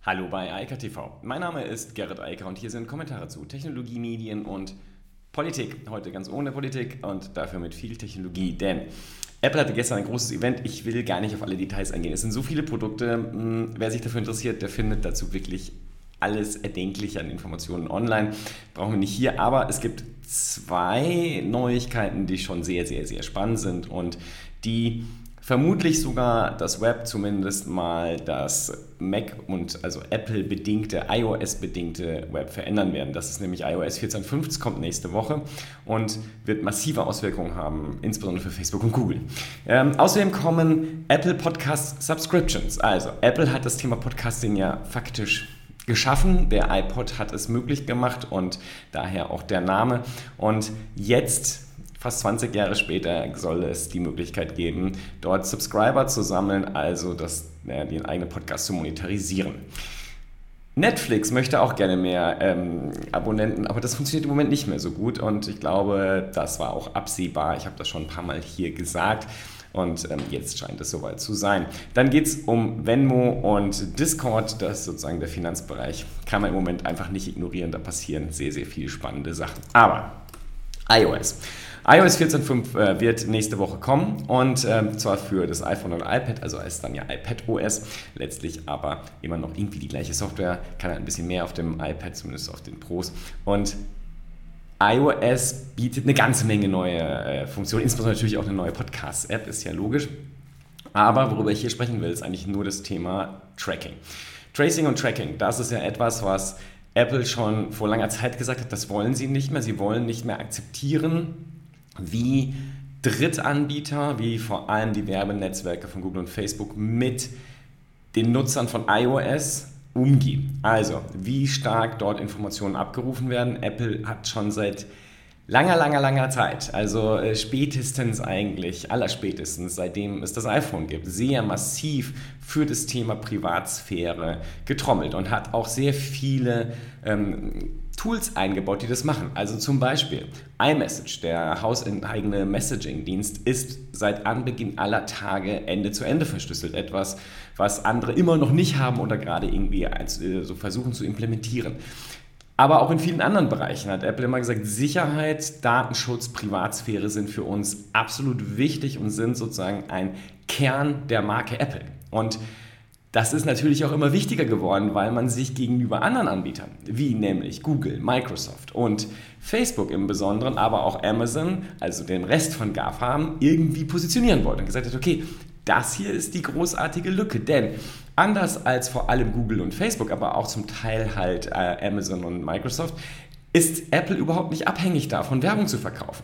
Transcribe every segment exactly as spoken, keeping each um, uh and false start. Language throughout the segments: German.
Hallo bei Eika T V. Mein Name ist Gerrit Eiker und hier sind Kommentare zu Technologie, Medien und Politik. Heute ganz ohne Politik und dafür mit viel Technologie, denn Apple hatte gestern ein großes Event. Ich will gar nicht auf alle Details eingehen. Es sind so viele Produkte. Wer sich dafür interessiert, der findet dazu wirklich alles Erdenkliche an Informationen online. Brauchen wir nicht hier, aber es gibt zwei Neuigkeiten, die schon sehr, sehr, sehr spannend sind und die vermutlich sogar das Web, zumindest mal das Mac und also Apple-bedingte, iOS-bedingte Web verändern werden. Das ist nämlich iOS vierzehn Punkt fünf, das kommt nächste Woche und wird massive Auswirkungen haben, insbesondere für Facebook und Google. Ähm, außerdem kommen Apple Podcast Subscriptions. Also Apple hat das Thema Podcasting ja faktisch geschaffen. Der iPod hat es möglich gemacht und daher auch der Name. Und jetzt, fast zwanzig Jahre später, soll es die Möglichkeit geben, dort Subscriber zu sammeln, also das, ja, den eigenen Podcast zu monetarisieren. Netflix möchte auch gerne mehr ähm, Abonnenten, aber das funktioniert im Moment nicht mehr so gut und ich glaube, das war auch absehbar. Ich habe das schon ein paar Mal hier gesagt. Und ähm, jetzt scheint es soweit zu sein. Dann geht es um Venmo und Discord, das ist sozusagen der Finanzbereich. Kann man im Moment einfach nicht ignorieren, da passieren sehr, sehr viele spannende Sachen. Aber iOS. iOS vierzehn Punkt fünf äh, wird nächste Woche kommen und äh, zwar für das iPhone und iPad, also ist dann ja iPadOS, letztlich aber immer noch irgendwie die gleiche Software, kann halt ein bisschen mehr auf dem iPad, zumindest auf den Pros und iOS bietet eine ganze Menge neue äh, Funktionen, insbesondere natürlich auch eine neue Podcast-App, ist ja logisch. Aber worüber ich hier sprechen will, ist eigentlich nur das Thema Tracking. Tracing und Tracking, das ist ja etwas, was Apple schon vor langer Zeit gesagt hat, das wollen sie nicht mehr. Sie wollen nicht mehr akzeptieren, wie Drittanbieter, wie vor allem die Werbenetzwerke von Google und Facebook mit den Nutzern von iOS umgehen. Also, wie stark dort Informationen abgerufen werden. Apple hat schon seit langer, langer, langer Zeit, also äh, spätestens eigentlich, allerspätestens, seitdem es das iPhone gibt, sehr massiv für das Thema Privatsphäre getrommelt und hat auch sehr viele ähm, Tools eingebaut, die das machen. Also zum Beispiel iMessage, der hauseigene Messaging-Dienst, ist seit Anbeginn aller Tage Ende zu Ende verschlüsselt. Etwas, was andere immer noch nicht haben oder gerade irgendwie so versuchen zu implementieren. Aber auch in vielen anderen Bereichen hat Apple immer gesagt, Sicherheit, Datenschutz, Privatsphäre sind für uns absolut wichtig und sind sozusagen ein Kern der Marke Apple. Und das ist natürlich auch immer wichtiger geworden, weil man sich gegenüber anderen Anbietern, wie nämlich Google, Microsoft und Facebook im Besonderen, aber auch Amazon, also den Rest von GAFA, irgendwie positionieren wollte und gesagt hat, okay, das hier ist die großartige Lücke, denn anders als vor allem Google und Facebook, aber auch zum Teil halt äh, Amazon und Microsoft, ist Apple überhaupt nicht abhängig davon, Werbung zu verkaufen.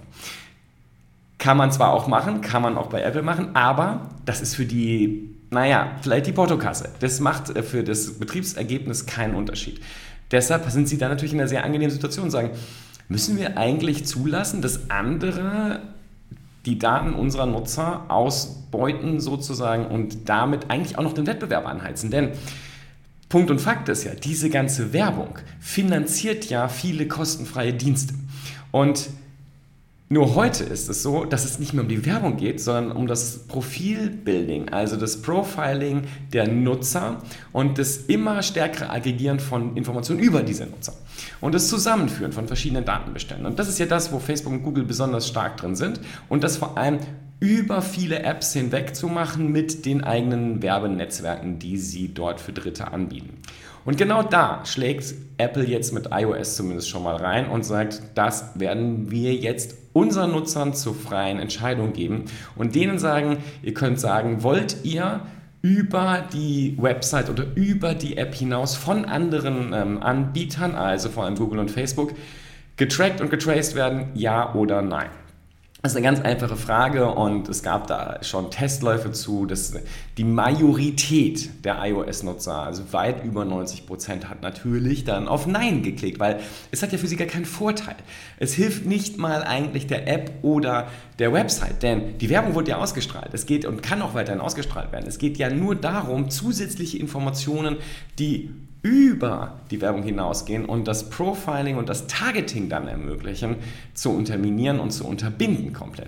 Kann man zwar auch machen, kann man auch bei Apple machen, aber das ist für die Naja, vielleicht die Portokasse. Das macht für das Betriebsergebnis keinen Unterschied. Deshalb sind sie da natürlich in einer sehr angenehmen Situation und sagen, müssen wir eigentlich zulassen, dass andere die Daten unserer Nutzer ausbeuten sozusagen und damit eigentlich auch noch den Wettbewerb anheizen. Denn Punkt und Fakt ist ja, diese ganze Werbung finanziert ja viele kostenfreie Dienste. Und nur heute ist es so, dass es nicht mehr um die Werbung geht, sondern um das Profilbuilding, also das Profiling der Nutzer und das immer stärkere Aggregieren von Informationen über diese Nutzer und das Zusammenführen von verschiedenen Datenbeständen. Und das ist ja das, wo Facebook und Google besonders stark drin sind und das vor allem über viele Apps hinweg zu machen mit den eigenen Werbenetzwerken, die sie dort für Dritte anbieten. Und genau da schlägt Apple jetzt mit iOS zumindest schon mal rein und sagt, das werden wir jetzt unseren Nutzern zur freien Entscheidung geben und denen sagen, ihr könnt sagen, wollt ihr über die Website oder über die App hinaus von anderen ähm, Anbietern, also vor allem Google und Facebook, getrackt und getraced werden, ja oder nein? Das ist eine ganz einfache Frage und es gab da schon Testläufe zu, dass die Majorität der iOS-Nutzer, also weit über neunzig Prozent, hat natürlich dann auf Nein geklickt, weil es hat ja für sie gar keinen Vorteil. Es hilft nicht mal eigentlich der App oder der Website, denn die Werbung wurde ja ausgestrahlt. Es geht und kann auch weiterhin ausgestrahlt werden. Es geht ja nur darum, zusätzliche Informationen, die über die Werbung hinausgehen und das Profiling und das Targeting dann ermöglichen, zu unterminieren und zu unterbinden komplett.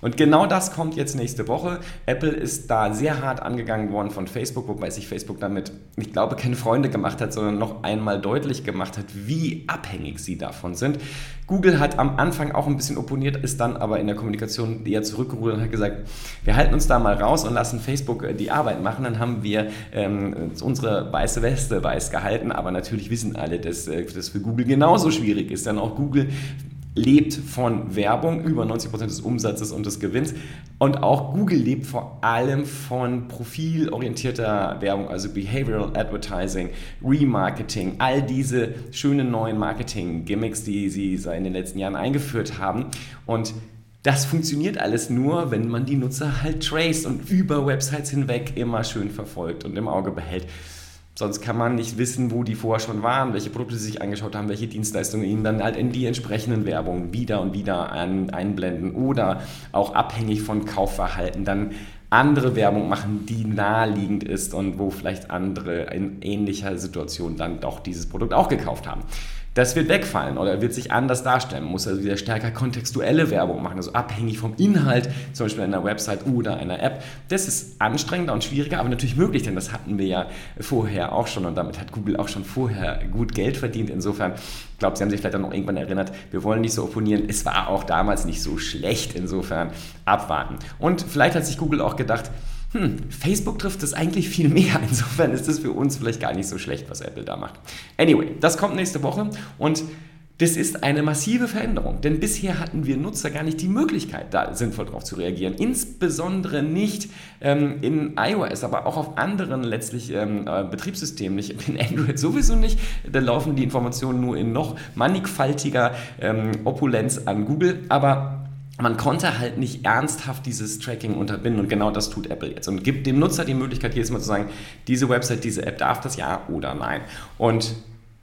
Und genau das kommt jetzt nächste Woche. Apple ist da sehr hart angegangen worden von Facebook, wobei sich Facebook damit, ich glaube, keine Freunde gemacht hat, sondern noch einmal deutlich gemacht hat, wie abhängig sie davon sind. Google hat am Anfang auch ein bisschen opponiert, ist dann aber in der Kommunikation eher zurückgerudert und hat gesagt, wir halten uns da mal raus und lassen Facebook die Arbeit machen. Dann haben wir ähm, unsere weiße Weste weiß gehalten, aber natürlich wissen alle, dass das für Google genauso schwierig ist, denn auch Google lebt von Werbung, über neunzig Prozent des Umsatzes und des Gewinns. Und auch Google lebt vor allem von profilorientierter Werbung, also Behavioral Advertising, Remarketing, all diese schönen neuen Marketing-Gimmicks, die sie in den letzten Jahren eingeführt haben. Und das funktioniert alles nur, wenn man die Nutzer halt traced und über Websites hinweg immer schön verfolgt und im Auge behält. Sonst kann man nicht wissen, wo die vorher schon waren, welche Produkte sie sich angeschaut haben, welche Dienstleistungen ihnen dann halt in die entsprechenden Werbungen wieder und wieder ein, einblenden oder auch abhängig von Kaufverhalten dann andere Werbung machen, die naheliegend ist und wo vielleicht andere in ähnlicher Situation dann doch dieses Produkt auch gekauft haben. Das wird wegfallen oder wird sich anders darstellen. Man muss also wieder stärker kontextuelle Werbung machen, also abhängig vom Inhalt, zum Beispiel einer Website oder einer App. Das ist anstrengender und schwieriger, aber natürlich möglich, denn das hatten wir ja vorher auch schon und damit hat Google auch schon vorher gut Geld verdient. Insofern, ich glaube, Sie haben sich vielleicht dann noch irgendwann erinnert, wir wollen nicht so opponieren. Es war auch damals nicht so schlecht, insofern abwarten. Und vielleicht hat sich Google auch gedacht, Hm, Facebook trifft es eigentlich viel mehr. Insofern ist es für uns vielleicht gar nicht so schlecht, was Apple da macht. Anyway, das kommt nächste Woche und das ist eine massive Veränderung, denn bisher hatten wir Nutzer gar nicht die Möglichkeit, da sinnvoll drauf zu reagieren. Insbesondere nicht ähm, in iOS, aber auch auf anderen letztlich ähm, äh, Betriebssystemen nicht. In Android sowieso nicht, da laufen die Informationen nur in noch mannigfaltiger ähm, Opulenz an Google, aber man konnte halt nicht ernsthaft dieses Tracking unterbinden und genau das tut Apple jetzt und gibt dem Nutzer die Möglichkeit, jedes Mal zu sagen, diese Website, diese App darf das ja oder nein. Und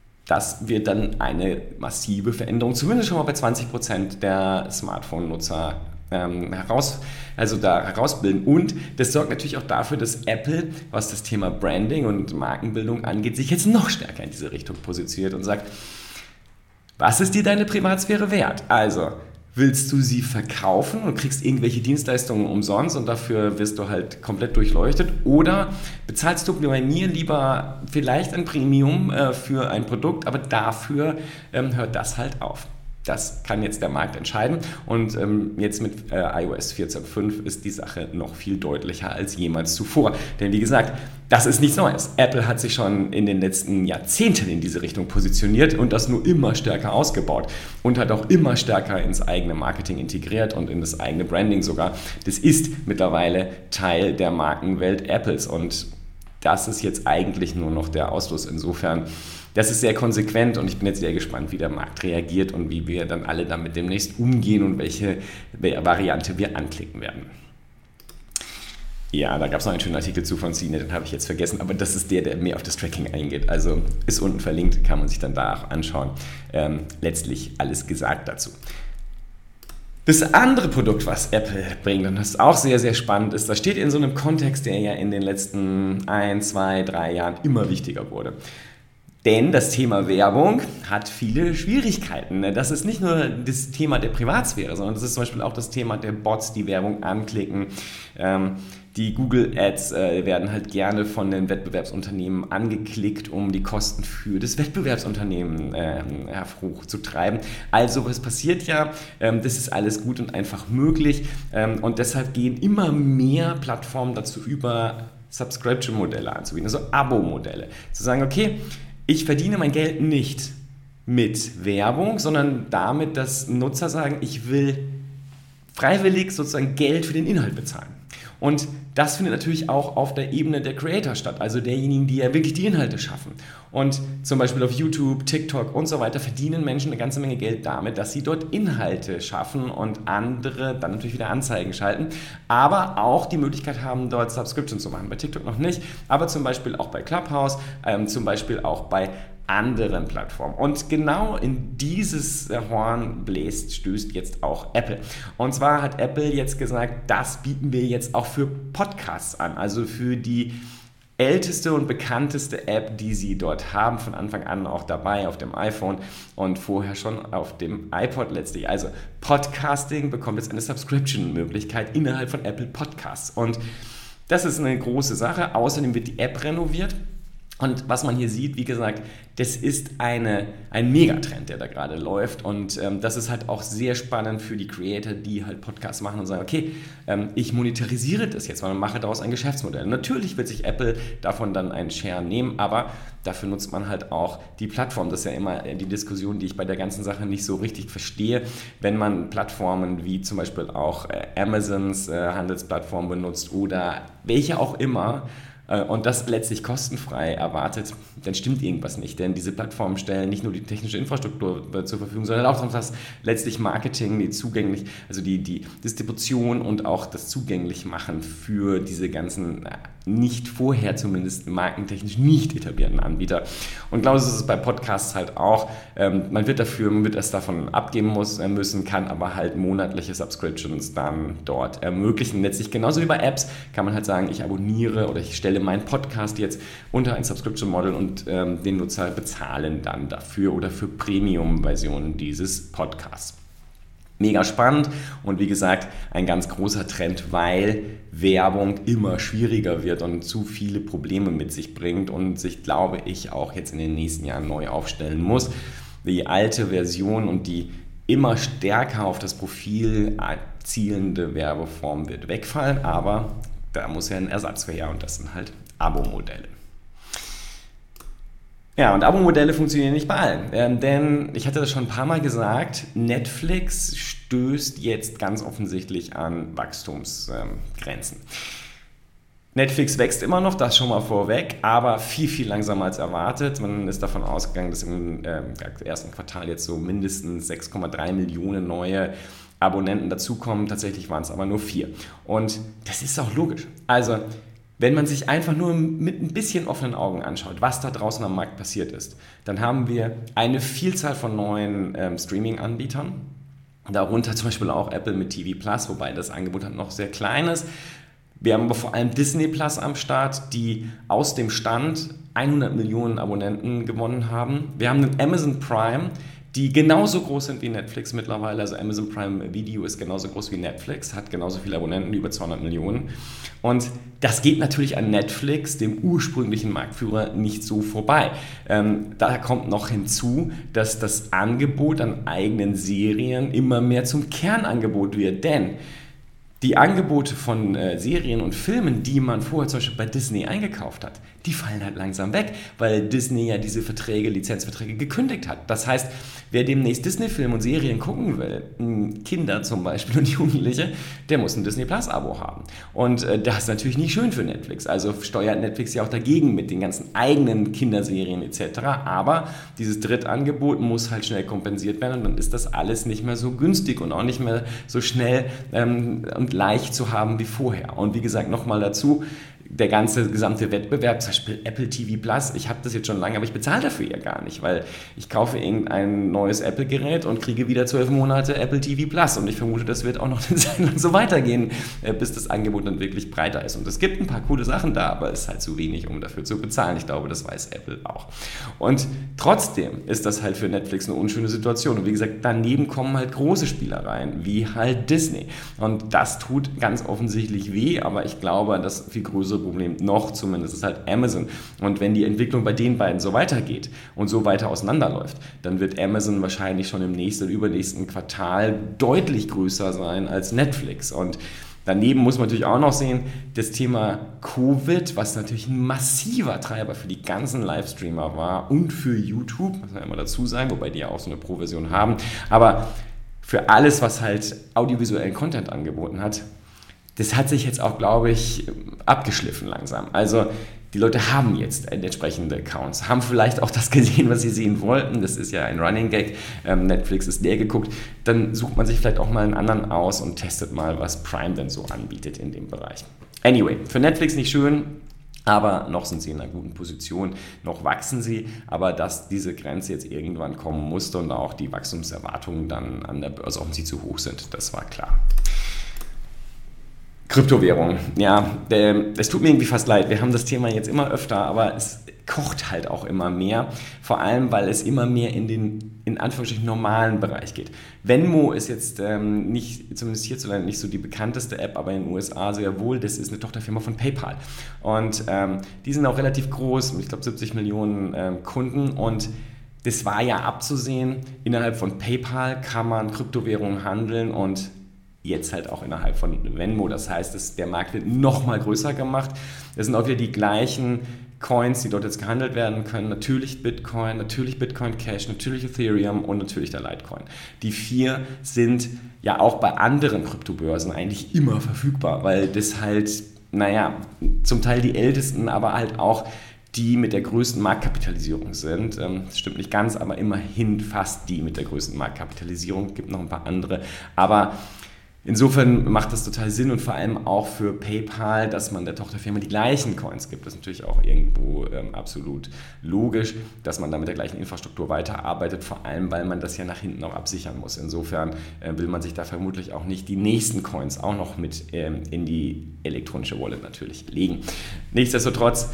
das wird dann eine massive Veränderung, zumindest schon mal bei zwanzig Prozent der Smartphone-Nutzer ähm, heraus, also da herausbilden. Und das sorgt natürlich auch dafür, dass Apple, was das Thema Branding und Markenbildung angeht, sich jetzt noch stärker in diese Richtung positioniert und sagt, was ist dir deine Privatsphäre wert? Also, willst du sie verkaufen und kriegst irgendwelche Dienstleistungen umsonst und dafür wirst du halt komplett durchleuchtet? Oder bezahlst du bei mir lieber vielleicht ein Premium äh, für ein Produkt, aber dafür ähm, hört das halt auf? Das kann jetzt der Markt entscheiden und ähm, jetzt mit äh, iOS vierzehn Punkt fünf ist die Sache noch viel deutlicher als jemals zuvor. Denn wie gesagt, das ist nichts Neues. Apple hat sich schon in den letzten Jahrzehnten in diese Richtung positioniert und das nur immer stärker ausgebaut und hat auch immer stärker ins eigene Marketing integriert und in das eigene Branding sogar. Das ist mittlerweile Teil der Markenwelt Apples und das ist jetzt eigentlich nur noch der Ausfluss. Insofern, das ist sehr konsequent und ich bin jetzt sehr gespannt, wie der Markt reagiert und wie wir dann alle damit demnächst umgehen und welche Variante wir anklicken werden. Ja, da gab es noch einen schönen Artikel zu von C N E T, den habe ich jetzt vergessen, aber das ist der, der mehr auf das Tracking eingeht. Also ist unten verlinkt, kann man sich dann da auch anschauen. Ähm, letztlich alles gesagt dazu. Das andere Produkt, was Apple bringt, und das auch sehr, sehr spannend ist, das steht in so einem Kontext, der ja in den letzten ein, zwei, drei Jahren immer wichtiger wurde. Denn das Thema Werbung hat viele Schwierigkeiten. Das ist nicht nur das Thema der Privatsphäre, sondern das ist zum Beispiel auch das Thema der Bots, die Werbung anklicken. Die Google Ads werden halt gerne von den Wettbewerbsunternehmen angeklickt, um die Kosten für das Wettbewerbsunternehmen hochzutreiben. Also was passiert ja, das ist alles gut und einfach möglich und deshalb gehen immer mehr Plattformen dazu über, Subscription-Modelle anzubieten, also Abo-Modelle. Zu sagen, okay, ich verdiene mein Geld nicht mit Werbung, sondern damit, dass Nutzer sagen, ich will freiwillig sozusagen Geld für den Inhalt bezahlen. Und das findet natürlich auch auf der Ebene der Creator statt, also derjenigen, die ja wirklich die Inhalte schaffen. Und zum Beispiel auf YouTube, TikTok und so weiter verdienen Menschen eine ganze Menge Geld damit, dass sie dort Inhalte schaffen und andere dann natürlich wieder Anzeigen schalten, aber auch die Möglichkeit haben, dort Subscription zu machen. Bei TikTok noch nicht, aber zum Beispiel auch bei Clubhouse, ähm, zum Beispiel auch bei anderen Plattformen. Und genau in dieses Horn bläst, stößt jetzt auch Apple. Und zwar hat Apple jetzt gesagt, das bieten wir jetzt auch für Podcasts an, also für die älteste und bekannteste App, die sie dort haben, von Anfang an auch dabei auf dem iPhone und vorher schon auf dem iPod letztlich. Also Podcasting bekommt jetzt eine Subscription-Möglichkeit innerhalb von Apple Podcasts und das ist eine große Sache. Außerdem wird die App renoviert. Und was man hier sieht, wie gesagt, das ist eine, ein Megatrend, der da gerade läuft und ähm, das ist halt auch sehr spannend für die Creator, die halt Podcasts machen und sagen, okay, ähm, ich monetarisiere das jetzt mal und mache daraus ein Geschäftsmodell. Natürlich wird sich Apple davon dann einen Share nehmen, aber dafür nutzt man halt auch die Plattform. Das ist ja immer die Diskussion, die ich bei der ganzen Sache nicht so richtig verstehe, wenn man Plattformen wie zum Beispiel auch äh, Amazons äh, Handelsplattform benutzt oder welche auch immer, und das letztlich kostenfrei erwartet, dann stimmt irgendwas nicht. Denn diese Plattformen stellen nicht nur die technische Infrastruktur zur Verfügung, sondern auch das letztlich Marketing, die zugänglich, also die, die Distribution und auch das Zugänglichmachen für diese ganzen nicht vorher zumindest markentechnisch nicht etablierten Anbieter. Und genauso ist es bei Podcasts halt auch. Ähm, man wird dafür, man wird es davon abgeben muss, äh, müssen, kann aber halt monatliche Subscriptions dann dort ermöglichen. Letztlich genauso wie bei Apps kann man halt sagen, ich abonniere oder ich stelle meinen Podcast jetzt unter ein Subscription-Model und ähm, den Nutzer bezahlen dann dafür oder für Premium-Versionen dieses Podcasts. Mega spannend und wie gesagt, ein ganz großer Trend, weil Werbung immer schwieriger wird und zu viele Probleme mit sich bringt und sich, glaube ich, auch jetzt in den nächsten Jahren neu aufstellen muss. Die alte Version und die immer stärker auf das Profil zielende Werbeform wird wegfallen, aber da muss ja ein Ersatz für her und das sind halt Abo-Modelle. Ja, und Abo-Modelle funktionieren nicht bei allen, ähm, denn ich hatte das schon ein paar Mal gesagt, Netflix stößt jetzt ganz offensichtlich an Wachstumsgrenzen. Ähm, Netflix wächst immer noch, das schon mal vorweg, aber viel, viel langsamer als erwartet. Man ist davon ausgegangen, dass im äh, ersten Quartal jetzt so mindestens sechs Komma drei Millionen neue Abonnenten dazukommen. Tatsächlich waren es aber nur vier. Und das ist auch logisch. Also wenn man sich einfach nur mit ein bisschen offenen Augen anschaut, was da draußen am Markt passiert ist, dann haben wir eine Vielzahl von neuen ähm, Streaming-Anbietern, darunter zum Beispiel auch Apple mit T V Plus, wobei das Angebot halt noch sehr klein ist. Wir haben aber vor allem Disney Plus am Start, die aus dem Stand hundert Millionen Abonnenten gewonnen haben. Wir haben den Amazon Prime, die genauso groß sind wie Netflix mittlerweile. Also Amazon Prime Video ist genauso groß wie Netflix, hat genauso viele Abonnenten, über zweihundert Millionen. Und das geht natürlich an Netflix, dem ursprünglichen Marktführer, nicht so vorbei. Ähm, da kommt noch hinzu, dass das Angebot an eigenen Serien immer mehr zum Kernangebot wird. Denn die Angebote von äh, Serien und Filmen, die man vorher zum Beispiel bei Disney eingekauft hat, die fallen halt langsam weg, weil Disney ja diese Verträge, Lizenzverträge gekündigt hat. Das heißt, wer demnächst Disney-Filme und Serien gucken will, Kinder zum Beispiel und Jugendliche, der muss ein Disney Plus-Abo haben. Und äh, das ist natürlich nicht schön für Netflix. Also steuert Netflix ja auch dagegen mit den ganzen eigenen Kinderserien et cetera. Aber dieses Drittangebot muss halt schnell kompensiert werden und dann ist das alles nicht mehr so günstig und auch nicht mehr so schnell ähm, und leicht zu haben wie vorher. Und wie gesagt, nochmal dazu, der ganze gesamte Wettbewerb, zum Beispiel Apple T V Plus, ich habe das jetzt schon lange, aber ich bezahle dafür ja gar nicht, weil ich kaufe irgendein neues Apple-Gerät und kriege wieder zwölf Monate Apple T V Plus und ich vermute, das wird auch noch eine Zeit lang so weitergehen, bis das Angebot dann wirklich breiter ist. Und es gibt ein paar coole Sachen da, aber es ist halt zu wenig, um dafür zu bezahlen. Ich glaube, das weiß Apple auch. Und trotzdem ist das halt für Netflix eine unschöne Situation. Und wie gesagt, daneben kommen halt große Spieler rein, wie halt Disney. Und das tut ganz offensichtlich weh, aber ich glaube, das viel größere Problem noch zumindest ist halt Amazon. Und wenn die Entwicklung bei den beiden so weitergeht und so weiter auseinanderläuft, dann wird Amazon wahrscheinlich schon im nächsten oder übernächsten Quartal deutlich größer sein als Netflix. Und daneben muss man natürlich auch noch sehen, das Thema Covid, was natürlich ein massiver Treiber für die ganzen Livestreamer war und für YouTube, muss man immer dazu sagen, wobei die ja auch so eine Pro-Version haben, aber für alles, was halt audiovisuellen Content angeboten hat, das hat sich jetzt auch, glaube ich, abgeschliffen langsam. Also die Leute haben jetzt entsprechende Accounts, haben vielleicht auch das gesehen, was sie sehen wollten. Das ist ja ein Running Gag. Ähm, Netflix ist leer geguckt. Dann sucht man sich vielleicht auch mal einen anderen aus und testet mal, was Prime denn so anbietet in dem Bereich. Anyway, für Netflix nicht schön, aber noch sind sie in einer guten Position, noch wachsen sie, aber dass diese Grenze jetzt irgendwann kommen musste und auch die Wachstumserwartungen dann an der Börse offensichtlich zu hoch sind, das war klar. Kryptowährung, ja, äh, es tut mir irgendwie fast leid. Wir haben das Thema jetzt immer öfter, aber es kocht halt auch immer mehr. Vor allem, weil es immer mehr in den, in Anführungsstrichen, normalen Bereich geht. Venmo ist jetzt ähm, nicht, zumindest hierzulande nicht so die bekannteste App, aber in den U S A sehr wohl. Das ist eine Tochterfirma von PayPal. Und ähm, die sind auch relativ groß, ich glaube siebzig Millionen ähm, Kunden. Und das war ja abzusehen. Innerhalb von PayPal kann man Kryptowährungen handeln und jetzt halt auch innerhalb von Venmo. Das heißt, dass der Markt wird noch mal größer gemacht. Das sind auch wieder die gleichen Coins, die dort jetzt gehandelt werden können. Natürlich Bitcoin, natürlich Bitcoin Cash, natürlich Ethereum und natürlich der Litecoin. Die vier sind ja auch bei anderen Kryptobörsen eigentlich immer verfügbar, weil das halt, naja, zum Teil die ältesten, aber halt auch die mit der größten Marktkapitalisierung sind. Das stimmt nicht ganz, aber immerhin fast die mit der größten Marktkapitalisierung. Es gibt noch ein paar andere, aber insofern macht das total Sinn und vor allem auch für PayPal, dass man der Tochterfirma die gleichen Coins gibt. Das ist natürlich auch irgendwo ähm, absolut logisch, dass man da mit der gleichen Infrastruktur weiterarbeitet, vor allem, weil man das ja nach hinten auch absichern muss. Insofern äh, will man sich da vermutlich auch nicht die nächsten Coins auch noch mit ähm, in die elektronische Wallet natürlich legen. Nichtsdestotrotz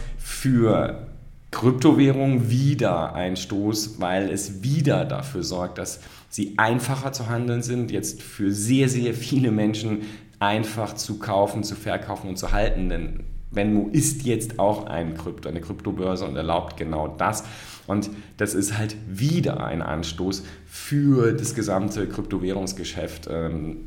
für Kryptowährung wieder ein Stoß, weil es wieder dafür sorgt, dass sie einfacher zu handeln sind, jetzt für sehr, sehr viele Menschen einfach zu kaufen, zu verkaufen und zu halten, denn Venmo ist jetzt auch ein Krypto, eine Kryptobörse und erlaubt genau das. Und das ist halt wieder ein Anstoß für das gesamte Kryptowährungsgeschäft, ähm,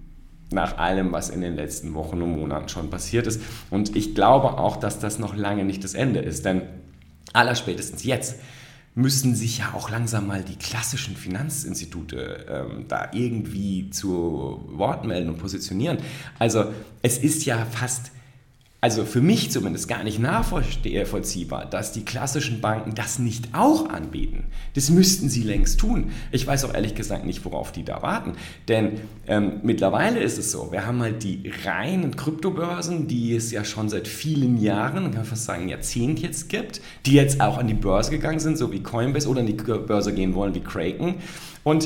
nach allem, was in den letzten Wochen und Monaten schon passiert ist. Und ich glaube auch, dass das noch lange nicht das Ende ist, denn allerspätestens jetzt müssen sich ja auch langsam mal die klassischen Finanzinstitute ähm, da irgendwie zu Wort melden und positionieren. Also es ist ja fast, also für mich zumindest gar nicht nachvollziehbar, dass die klassischen Banken das nicht auch anbieten. Das müssten sie längst tun. Ich weiß auch ehrlich gesagt nicht, worauf die da warten. Denn ähm, mittlerweile ist es so, wir haben halt die reinen Kryptobörsen, die es ja schon seit vielen Jahren, man kann fast sagen Jahrzehnt jetzt gibt, die jetzt auch an die Börse gegangen sind, so wie Coinbase, oder an die Börse gehen wollen wie Kraken. Und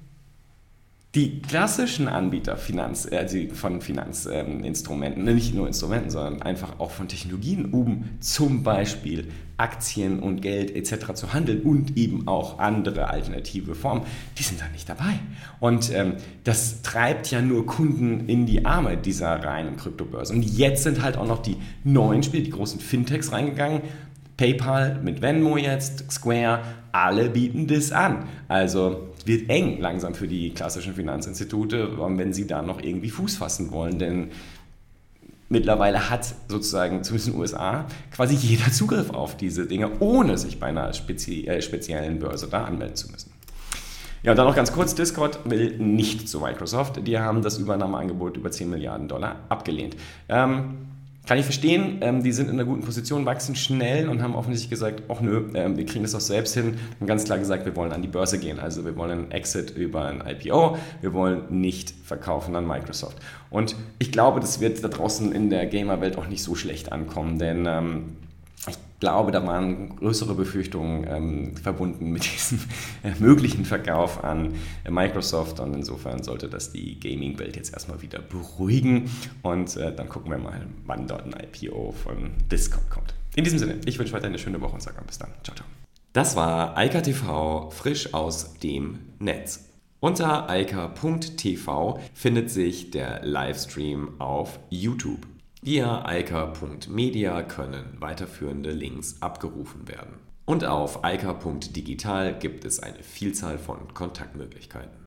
die klassischen Anbieter Finanz, also von Finanzinstrumenten, ähm, nicht nur Instrumenten, sondern einfach auch von Technologien, um zum Beispiel Aktien und Geld et cetera zu handeln und eben auch andere alternative Formen, die sind da nicht dabei. Und ähm, das treibt ja nur Kunden in die Arme dieser reinen Kryptobörse. Und jetzt sind halt auch noch die neuen Spiele, die großen Fintechs reingegangen. PayPal mit Venmo jetzt, Square, alle bieten das an. Also wird eng langsam für die klassischen Finanzinstitute, wenn sie da noch irgendwie Fuß fassen wollen, denn mittlerweile hat sozusagen, zumindest in den U S A, quasi jeder Zugriff auf diese Dinge, ohne sich bei einer spezi- äh, speziellen Börse da anmelden zu müssen. Ja, und dann noch ganz kurz, Discord will nicht zu Microsoft. Die haben das Übernahmeangebot über zehn Milliarden Dollar abgelehnt. Ähm, Kann ich verstehen, ähm, die sind in einer guten Position, wachsen schnell und haben offensichtlich gesagt, ach nö, ähm, wir kriegen das doch selbst hin. Und ganz klar gesagt, wir wollen an die Börse gehen. Also wir wollen einen Exit über ein I P O, wir wollen nicht verkaufen an Microsoft. Und ich glaube, das wird da draußen in der Gamer-Welt auch nicht so schlecht ankommen, denn ähm, ich glaube, da waren größere Befürchtungen ähm, verbunden mit diesem äh, möglichen Verkauf an äh, Microsoft und insofern sollte das die Gaming-Welt jetzt erstmal wieder beruhigen und äh, dann gucken wir mal, wann dort ein I P O von Discord kommt. In diesem Sinne, ich wünsche weiter eine schöne Woche und sage bis dann. Ciao, ciao. Das war Eika T V frisch aus dem Netz. Unter eika punkt t v findet sich der Livestream auf YouTube. Via eika punkt media können weiterführende Links abgerufen werden. Und auf eika punkt digital gibt es eine Vielzahl von Kontaktmöglichkeiten.